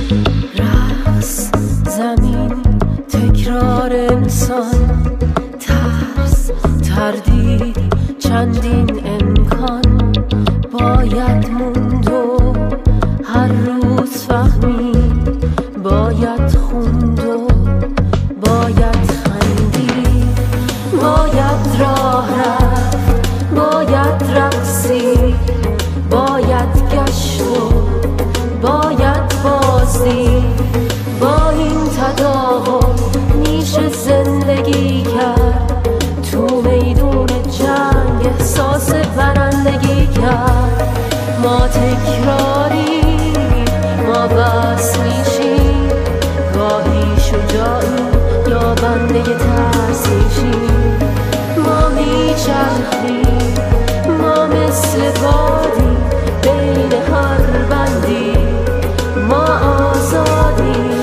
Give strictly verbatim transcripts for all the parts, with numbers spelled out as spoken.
رقص زمین تکرار انسان، ترس تردید چندین امکان، باید موند و هر روز فهمید، باید خوند و باید خندید، باید راه رفت، باید رقصید، باید گشت و باید بازدید، با این تداوم میشه زندگی کرد، تو میدون جنگ احساس برندگی کرد. ما تکراری ما بس میشیم، گاهی شجاعی یا بنده ترس میشیم، ما میچرخیم، ما مثل بادی بین هر بندی، ما آزادیم.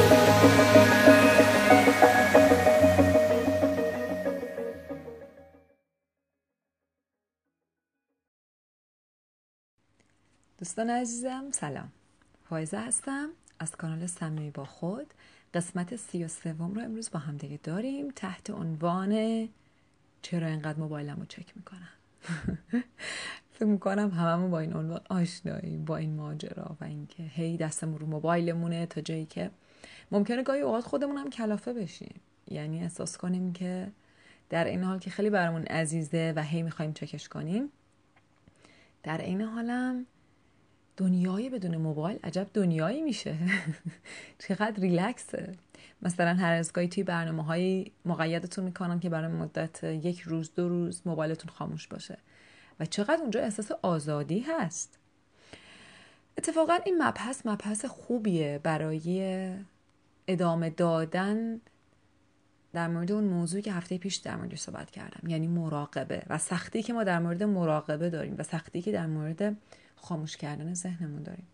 دوستان عزیزم سلام، فائزه هستم از کانال صمیمی با خود. قسمت سی و سوم رو امروز با هم دیگه داریم تحت عنوان چرا اینقدر موبایلم رو چک میکنم. فکر میکنم هممون با این عنوان آشناییم، با این ماجرا و اینکه هی دستمون رو موبایلمونه تا جایی که ممکنه گاهی اوقات خودمون هم کلافه بشیم، یعنی احساس کنیم که در این حال که خیلی برامون عزیزه و هی میخوایم چکش کنیم، در این حالم دنیای بدون موبایل عجب دنیایی میشه. چقدر ریلکسه. مثلا هر از گاهی توی برنامه‌های مقیدتون میکنن که برای مدت یک روز دو روز موبایلتون خاموش باشه و چقدر اونجا احساس آزادی هست. اتفاقا این مبحث مبحث خوبیه برای ادامه دادن در مورد اون موضوعی که هفته پیش در موردش صحبت کردم، یعنی مراقبه و سختی که ما در مورد مراقبه داریم و سختی که در مورد خاموش کردن ذهنمون داریم.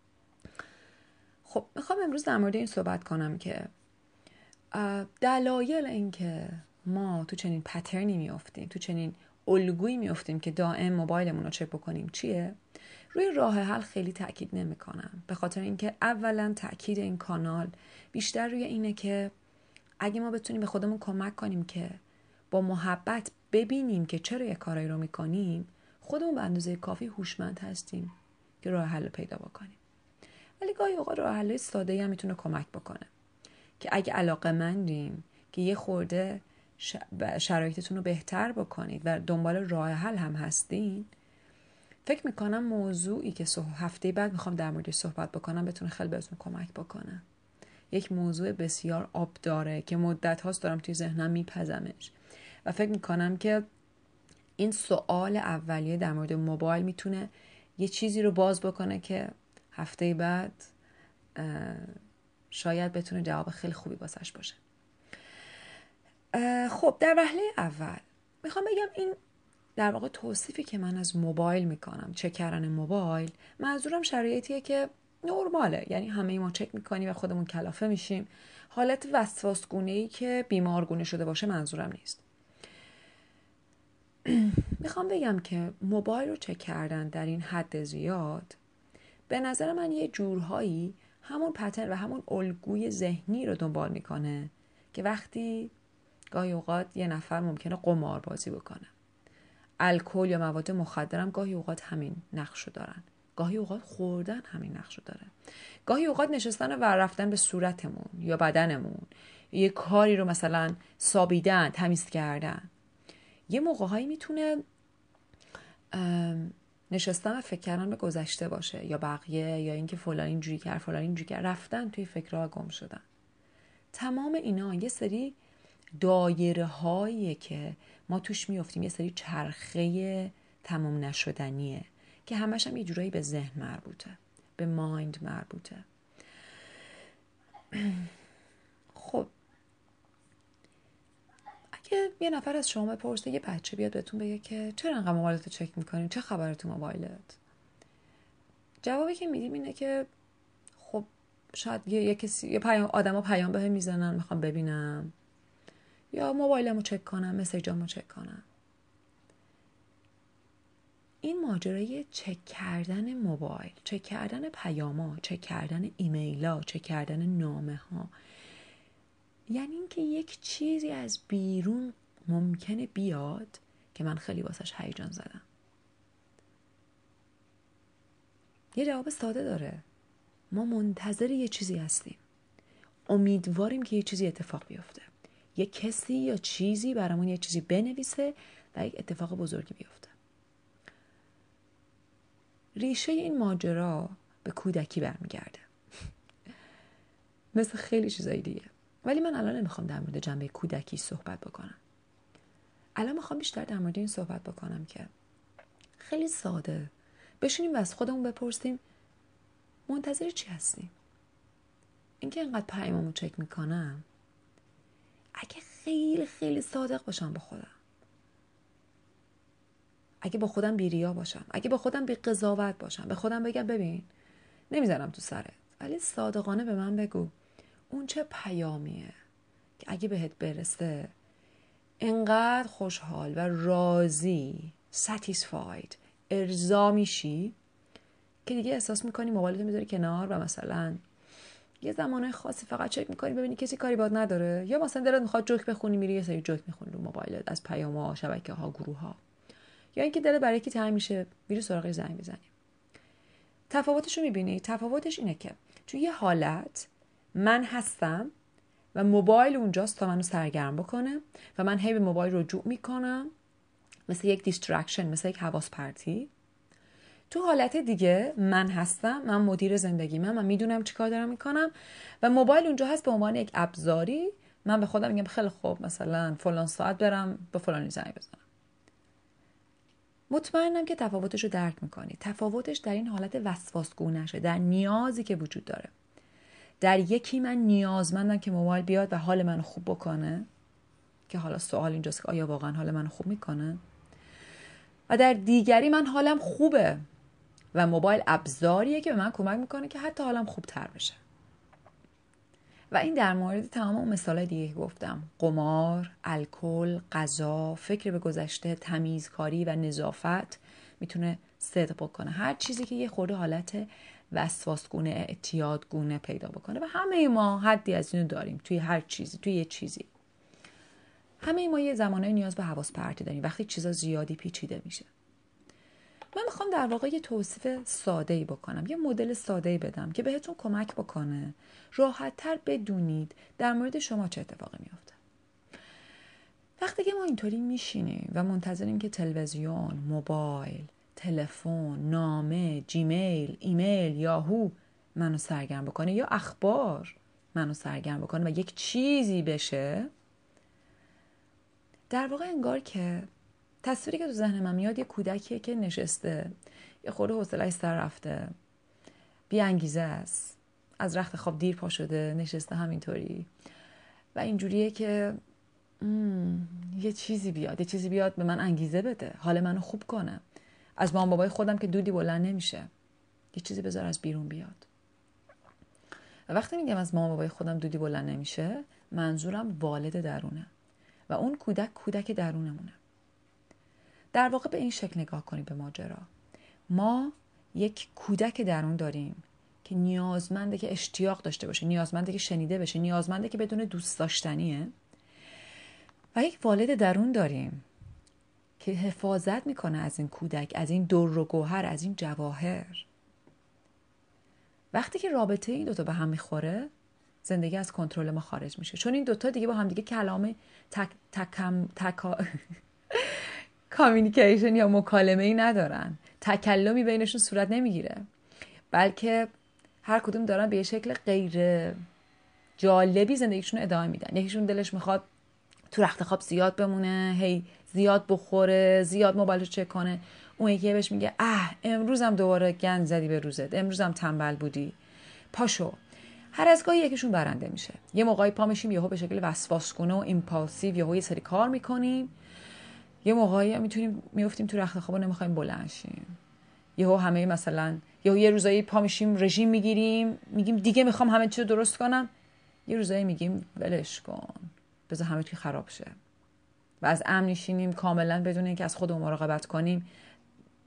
خب میخوام امروز در مورد این صحبت کنم که دلایل این که ما تو چنین پترنی میافتیم، تو چنین الگویی میافتیم که دائم موبایلمون رو چک بکنیم چیه. روی راه حل خیلی تاکید نمیکنم، به خاطر اینکه اولا تاکید این کانال بیشتر روی اینه که اگه ما بتونیم به خودمون کمک کنیم که با محبت ببینیم که چرا یه کارایی رو میکنیم، خودمون به اندازه کافی هوشمند هستیم که راه حل پیدا بکنیم. ولی گاهی اوقات راه حل ساده‌ای هم میتونه کمک بکنه که اگه علاقه‌مندیم که یه خورده شرایطتون رو بهتر بکنید و دنبال راه حل هم هستین، فکر میکنم موضوعی که هفته بعد میخوام در موردش صحبت بکنم بتونه خیلی بهتون کمک بکنه. یک موضوع بسیار آب داره که مدت هاست دارم توی ذهنم میپزمش و فکر میکنم که این سوال اولیه در مورد موبایل میتونه یه چیزی رو باز بکنه که هفته بعد شاید بتونه جواب خیلی خوبی واسش باشه. خب در وهله اول میخوام بگم این در واقع توصیفی که من از موبایل میکنم، چک کردن موبایل، منظورم شرایطیه که نرماله، یعنی همه ما چک میکنیم و خودمون کلافه میشیم. حالت وسواسگونه‌ای که بیمارگونه شده باشه منظورم نیست. میخوام بگم که موبایل رو چک کردن در این حد زیاد به نظر من یه جورهایی همون پترن و همون الگوی ذهنی رو دنبال میکنه که وقتی گاهی اوقات یه نفر ممکنه قمار بازی بکنه، الکل یا مواد مخدرم گاهی اوقات همین نقشو دارن، گاهی اوقات خوردن همین نقشو داره، گاهی اوقات نشستن و رفتن به صورتمون یا بدنمون، یه کاری رو مثلا سابیدن، تمیز کردن. یه موقعهایی میتونه نشستن و فکر کردن به گذشته باشه یا بقیه، یا اینکه فلان اینجوری کرد فلان اینجوری کرد، رفتن توی فکرها گم شدن. تمام اینا یه سری دایره هاییه که ما توش میافتیم، یه سری چرخه تمام نشدنیه که همش هم یه جورایی به ذهن مربوطه، به مایند مربوطه. خب اگه یه نفر از شما بپرسه، یه بچه بیاد بهتون بگه که چرا انقدر موبایلتو چک میکنی، چه خبره تو موبایلت، جوابی که میدیم اینه که خب شاید یه, یه کسی یه پیام آدما پیام بهم میزنن میخوام ببینم، یا موبایلمو چک کنم، مسیجامو چک کنم. این ماجرای چک کردن موبایل، چک کردن پیاما، چک کردن ایمیلا، چک کردن نامه ها، یعنی اینکه یک چیزی از بیرون ممکنه بیاد که من خیلی واسش هیجان زدم. یه جواب ساده داره. ما منتظر یه چیزی هستیم، امیدواریم که یه چیزی اتفاق بیفته، یه کسی یا چیزی برامون یه چیزی بنویسه و یک اتفاق بزرگی بیفته. ریشه این ماجرا به کودکی برمیگرده مثل خیلی چیزای دیگه، ولی من الان نمیخوام در مورد جنبه کودکی صحبت بکنم. الان میخوام بیشتر در مورد این صحبت بکنم که خیلی ساده بشینیم و از خودمون بپرسیم منتظر چی هستیم. اینکه اینقدر پیاممو چک میکنم، اگه خیلی خیلی صادق باشم با خودم، اگه با خودم بی‌ریا باشم، اگه با خودم بی قضاوت باشم، به خودم بگم ببین نمیزنم تو سرت، ولی صادقانه به من بگو اون چه پیامیه که اگه بهت برسه اینقدر خوشحال و راضی، satisfied، ارضا میشی که دیگه احساس میکنی موبایلتو میذاری کنار و مثلا یه زمانه خاصی فقط چک میکنی ببینی کسی کاری باد نداره، یا مثلا دلت میخواد جوک بخونی میری یه سری جوک میخونی رو موبایلت از پیام‌ها، شبکه‌ها، گروه‌ها، یا اینکه دلت برای کی تنگ میشه میری سراغش زنگ میزنی. تفاوتش رو میبینی؟ تفاوتش اینه که توی یه حالت من هستم و موبایل اونجاست تا منو سرگرم بکنه و من هی به موبایل رجوع میکنم مثل یک دیسترکشن، مثل یک حواس پرتی. تو حالت دیگه من هستم، من مدیر زندگیمم، من میدونم چیکار دارم میکنم و موبایل اونجا هست به عنوان یک ابزاری. من به خودم میگم خیلی خوب مثلا فلان ساعت برم به فلانی زنگ بزنم. مطمئنم که تفاوتش رو درک میکنی. تفاوتش در این حالت وسواسگونه‌شه، در نیازی که وجود داره. در یکی من نیازمندم که موبایل بیاد و حال منو خوب بکنه، که حالا سوال اینجاست که آیا واقعا حال منو خوب میکنه، و در دیگری من حالم خوبه و موبایل ابزاریه که به من کمک میکنه که حتی حالم خوبتر بشه. و این در مورد تمام اون مثالای دیگه که گفتم، قمار، الکل، غذا، فکر به گذشته، تمیزکاری و نظافت میتونه صدق بکنه. هر چیزی که یه خورده حالت وسواسگونه، اعتیادگونه پیدا بکنه و همه ما حدی از اینو داریم توی هر چیزی، توی یه چیزی. همه ما یه زمانه نیاز به حواس پرتی داریم وقتی چیزا زیادی پیچیده میشه. من میخوام در واقع یه توصیف ساده‌ای بکنم، یه مدل ساده‌ای بدم که بهتون کمک بکنه راحت‌تر بدونید در مورد شما چه اتفاقی میفته. وقتی که ما اینطوری میشینیم و منتظریم که تلویزیون، موبایل، تلفن، نامه، جیمیل، ایمیل، یاهو منو سرگرم بکنه یا اخبار منو سرگرم بکنه و یک چیزی بشه، در واقع انگار که تصویری که تو ذهن من میاد یه کودکیه که نشسته، یه خورده حوصله‌اش سر رفته، بی انگیزه است، از رخت خواب دیر پا شده، نشسته همینطوری و اینجوریه که یه چیزی بیاد، یه چیزی بیاد به من انگیزه بده، حال منو خوب کنه. از مام بابای خودم که دودی بلند نمیشه، یه چیزی بذار از بیرون بیاد. و وقتی میگم از مام بابای خودم دودی بلند نمیشه، منظورم والد درونه و اون کودک کودک درونمونه. در واقع به این شکل نگاه کنیم به ماجرا. ما یک کودک درون داریم که نیازمنده که اشتیاق داشته باشه، نیازمنده که شنیده بشه، نیازمنده که بدون دوست داشتنیه، و یک والد درون داریم که حفاظت میکنه از این کودک، از این در و گوهر، از این جواهر. وقتی که رابطه این دوتا به هم میخوره، زندگی از کنترل ما خارج میشه، چون این دوتا دیگه با هم دیگه کلام تک تکم تکا کامیونیکیشن یا مکالمه ای ندارن، تکلمی بینشون صورت نمیگیره، بلکه هر کدوم دارن به یه شکل غیر جالبی زندگیشون رو ادامه میدن. یکیشون دلش میخواد تو رخت خواب زیاد بمونه، هی زیاد بخوره، زیاد موبایلشو چک کنه. اون یکی بهش میگه اه امروزم دوباره گند زدی به روزت، امروزم تنبل بودی، پاشو. هر از گاهی یکیشون برنده میشه. یه موقعی پا میشیم یهو به شکل وسواسگونه و ایمپالسیو یهو یه سری کار میکنیم، یه موقعی میتونیم میافتیم تو رخت خواب و نمیخوایم بلند شیم. یهو همه مثلا یهو یه روزایی پا میشیم رژیم میگیریم، میگیم دیگه میخوام همه چی رو درست کنم. یه روزایی میگیم ولش کن، بذار همه چی خراب شه. و از امن نشینیم کاملا بدون اینکه از خودمون مراقبت کنیم.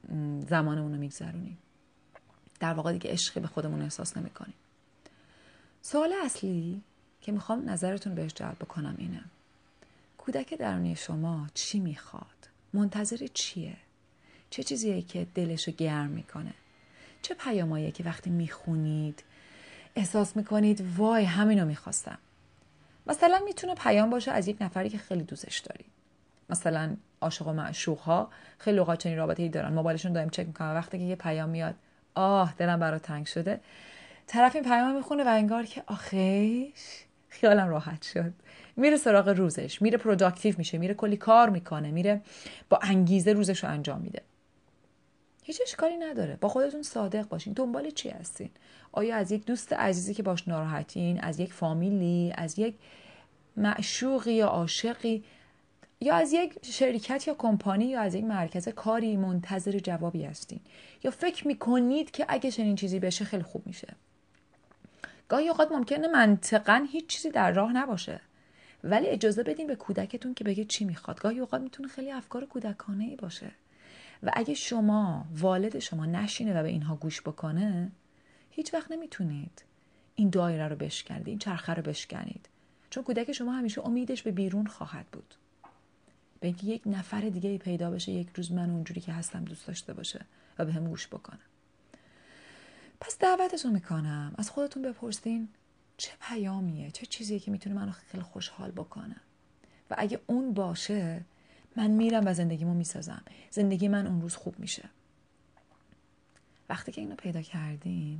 زمانمون رو میگذرونیم. در واقع دیگه عشقی به خودمون احساس نمی‌کنیم. سوال اصلی که میخوام نظرتون بهش جلب بکنم اینه: کودک درونی شما چی میخواد؟ منتظر چیه؟ چه چیزیه که دلشو گرم میکنه؟ چه پیاماییه که وقتی میخونید احساس میکنید وای همینو میخواستم؟ مثلا میتونه پیام باشه از یک نفری که خیلی دوستش داری. مثلا عاشق و معشوق ها خیلی اوقات چنین رابطه‌ای دارن، موبایلشون دائم چک میکنن، وقتی که یه پیام میاد آه دلم برات تنگ شده، طرف این پیام میخونه و انگار که آخیش خیالم راحت شد، میره سراغ روزش، میره پروداکتیو میشه، میره کلی کار میکنه، میره با انگیزه روزش رو انجام میده. هیچ اشکالی نداره، با خودتون صادق باشین. دنبال چی هستین؟ آیا از یک دوست عزیزی که باش ناراحتین، از یک فامیلی، از یک معشوقی یا عاشقی، یا از یک شرکت یا کمپانی یا از یک مرکز کاری منتظر جوابی هستین؟ یا فکر میکنید که اگه چنین چیزی بشه خیلی خوب میشه؟ گاهی اوقات ممکنه منطقاً هیچ چیزی در راه نباشه، ولی اجازه بدین به کودکتون که بگه چی میخواد. گاهی اوقات میتونه خیلی افکار کودکانه‌ای باشه و اگه شما والد شما نشینه و به اینها گوش بکنه، هیچ وقت نمیتونید این دایره رو بشکنید، این چرخه رو بشکنید، چون کودک شما همیشه امیدش به بیرون خواهد بود، به اینکه یک نفر دیگه پیدا بشه یک روز من اونجوری که هستم دوست داشته باشه و به هم گوش بکنه. پس دعوتتون میکنم از خودتون بپرسین چه پیامیه، چه چیزیه که میتونه منو خیلی خوشحال بکنه و اگه اون باشه من میرم و زندگیمو میسازم، زندگی من اون روز خوب میشه. وقتی که اینو پیدا کردین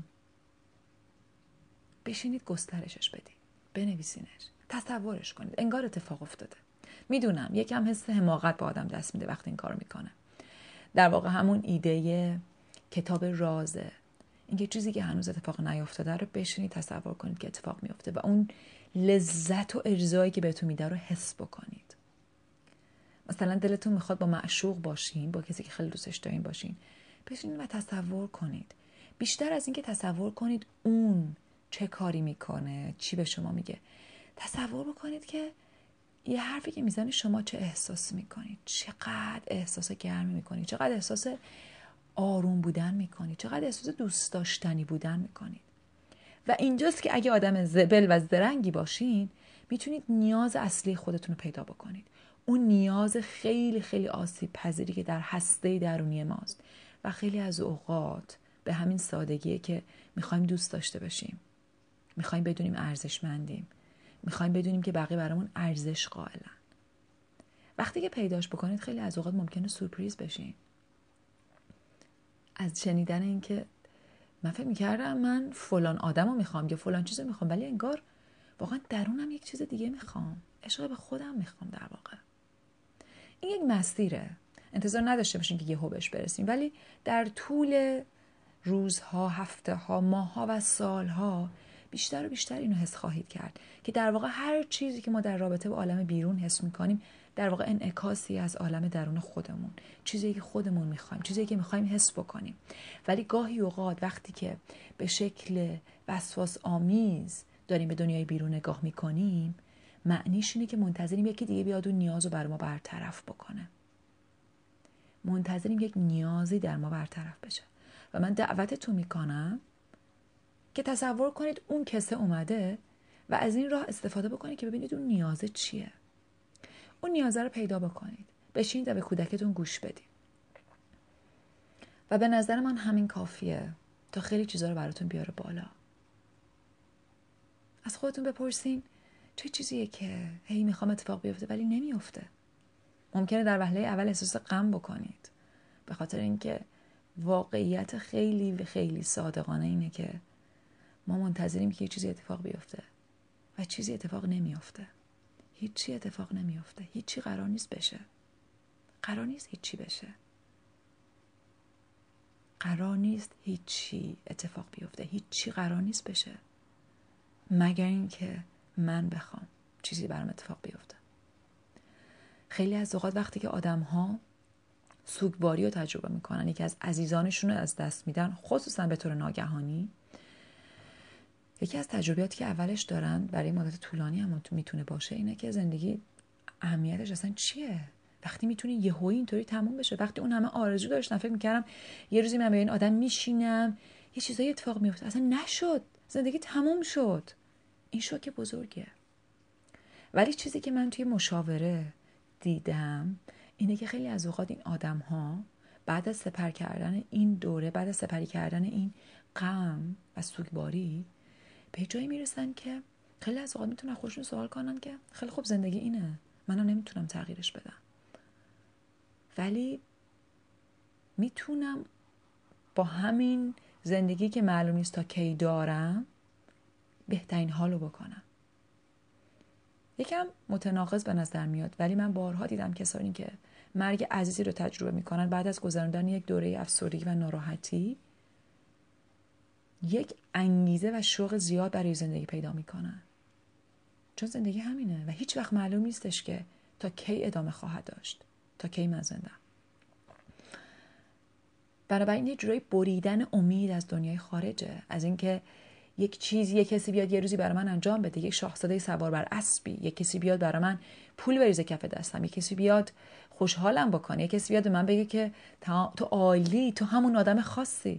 بشینید گسترشش بدین، بنویسینش، تصورش کنید انگار اتفاق افتاده. میدونم یکم حس حماقت به آدم دست میده وقتی این کارو میکنه. در واقع همون ایده کتاب رازه، اینکه چیزی که هنوز اتفاق نیافتاده رو بشینید تصور کنید که اتفاق میفته و اون لذت و ارضایی که بهتون میده رو حس بکنید. مثلا دلتون میخواد با معشوق باشین، با کسی که خیلی دوستش دارین باشین، بشینید و تصور کنید. بیشتر از اینکه تصور کنید اون چه کاری میکنه، چی به شما میگه، تصور بکنید که یه حرفی که میزنی شما چه احساس میکنید، چقدر احساس گرمی میکنید، چقدر احساس آروم بودن میکنید، چقدر احساس دوست داشتنی بودن میکنید. و اینجاست که اگه آدم زبل و زرنگی باشین میتونید نیاز اصلی خودتون رو پیدا بکنید، اون نیاز خیلی خیلی آسیب پذیری که در هسته درونی ماست و خیلی از اوقات به همین سادگیه که میخوایم دوست داشته باشیم، میخوایم بدونیم ارزشمندیم، میخوایم بدونیم که بقیه برامون ارزش قائلن. وقتی که پیداش بکنید خیلی از اوقات ممکنه سورپرایز بشین از شنیدن این که من فکر میکردم من فلان آدمو میخوام یا فلان چیزو میخوام، ولی انگار واقعا درونم یک چیز دیگه میخوام، عشق به خودم میخوام. در واقع این یک مسیره، انتظار نداشته باشین که یهو بهش برسیم، ولی در طول روزها، هفته‌ها، ماه‌ها و سال‌ها بیشتر و بیشتر اینو حس خواهید کرد که در واقع هر چیزی که ما در رابطه با عالم بیرون حس میکنیم در واقع انعکاسی از عالم درون خودمون، چیزی که خودمون میخوایم، چیزی که میخوایم حس بکنیم. ولی گاهی اوقات وقتی که به شکل وسواس آمیز داریم به دنیای بیرون نگاه میکنیم، معنیش اینه که منتظریم یکی دیگه بیاد اون نیازو بر ما برطرف بکنه، منتظریم یک نیازی در ما برطرف بشه. و من دعوتتون میکنم که تصور کنید اون کسه اومده و از این راه استفاده بکنید که ببینید اون نیازه چیه، اون نیازه رو پیدا بکنید، بشینید و به کودکتون گوش بدید. و به نظر من همین کافیه تا خیلی چیزا رو براتون بیاره بالا. از خودتون بپرسین چه چیزیه که هی میخوام اتفاق بیفته ولی نمیفته. ممکنه در وهله اول احساس غم بکنید به خاطر اینکه واقعیت خیلی خیلی صادقانه اینه که ما منتظریم که یه چیزی اتفاق بیفته و چیزی اتفاق نمیفته. هیچی اتفاق نمیفته، هیچی قرار نیست بشه، قرار نیست هیچی بشه، قرار نیست هیچی اتفاق بیفته، هیچی قرار نیست بشه مگر اینکه من بخوام چیزی برام اتفاق بیفته. خیلی از اوقات وقتی که آدم‌ها سوگواری رو تجربه میکنن، یکی از عزیزانشون رو از دست میدن، خصوصا به طور ناگهانی، یکی از تجربیاتی که اولش دارن برای مدت طولانی هم میتونه باشه اینه که زندگی اهمیتش اصلا چیه؟ وقتی میتونه یهویی اینطوری تموم بشه. وقتی اون همه آرزو داشتم، فکر میکردم یه روزی من با این آدم میشینم یه چیزایی اتفاق میفته، اصلا نشد، زندگی تموم شد. این شوک بزرگه. ولی چیزی که من توی مشاوره دیدم اینه که خیلی از اوقات این آدم ها بعد از سپر کردن این دوره، بعد از سپری کردن این غم و سوگواری، به جایی میرسن که خیلی از اوقات میتونن خودشون سوال کنن که خیلی خوب زندگی اینه، منم نمیتونم تغییرش بدم، ولی میتونم با همین زندگی که معلوم نیست تا کی دارم بهترین حالو بکنم. یکم متناقض به نظر میاد، ولی من بارها دیدم کسانی که مرگ عزیزی رو تجربه میکنن بعد از گذراندن یک دوره افسردگی و ناراحتی یک انگیزه و شوق زیاد برای زندگی پیدا میکنن، چون زندگی همینه و هیچ وقت معلوم نیستش که تا کی ادامه خواهد داشت، تا کی من زندم. بنابراین یه جورایی بریدن امید از دنیای خارجه، از اینکه یک چیز، یک کسی بیاد یه روزی برای من انجام بده، یک شاهزاده سوار بر اسبی، یک کسی بیاد برای من پول بریزه کف دستم، یک کسی بیاد خوشحالم بکنه، یک کسی بیاد به من بگه که تو عالی، تو همون آدم خاصی.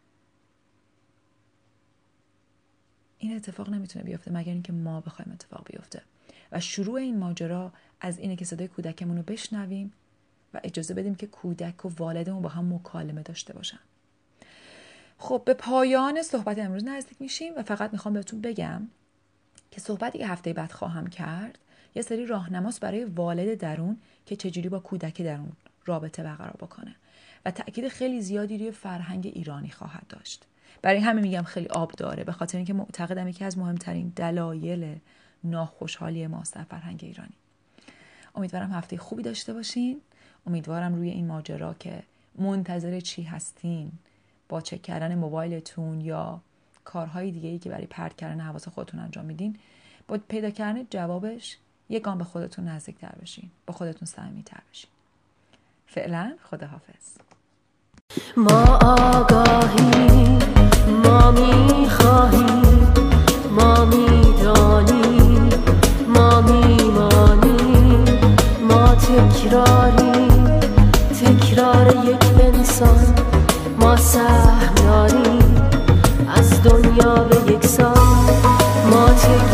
این اتفاق نمیتونه بیفته مگر اینکه ما بخوایم اتفاق بیفته. و شروع این ماجرا از اینه که صدای کودکمون رو بشنویم و اجازه بدیم که کودک و والدمون با هم مکالمه داشته باشن. خب به پایان صحبت امروز نزدیک میشیم و فقط میخوام بهتون بگم که صحبتی که هفته بعد خواهم کرد یه سری راهنماست برای والد درون که چجوری با کودک درون رابطه برقرار بکنه و تأکید خیلی زیادی روی فرهنگ ایرانی خواهد داشت. برای همین میگم خیلی آب داره، به خاطر اینکه معتقدم یکی از مهمترین دلایل ناخوشحالی ماست در فرهنگ ایرانی. امیدوارم هفته خوبی داشته باشین. امیدوارم روی این ماجرا که منتظر چی هستین با چک کردن موبایلتون یا کارهای دیگه‌ای که برای پرت کردن حواس خودتون انجام میدین، با پیدا کردن جوابش یک گام به خودتون نزدیک‌تر بشین، با خودتون صمیمی‌تر بشین. فعلا خداحافظ. ما آگاهی، ما می‌خواهیم، ما می‌دانیم، ما می‌مانیم، ما تکراری، تکرار یک انسان، ما سهم داریم از دنیا به یکسان، ما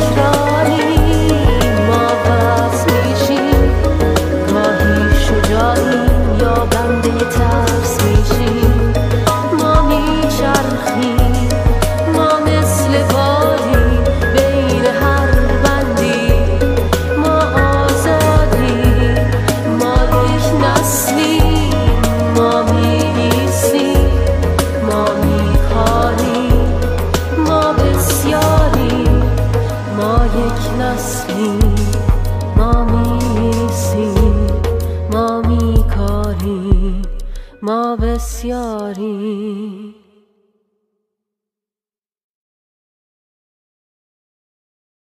تکراریم، ما بس میشیم، گاهی شجاعیم یا بنده ترس میشیم، ما میچرخیم، ما مثل بادیم بین هر بندی، ما آزادیم، ما یک نسلیم، ما می‌ایستیم، ما می‌کاریم، ما بسیاریم، ما یک نسلیم، ما می‌ایستیم، ما می‌کاریم، ما بسیاریم.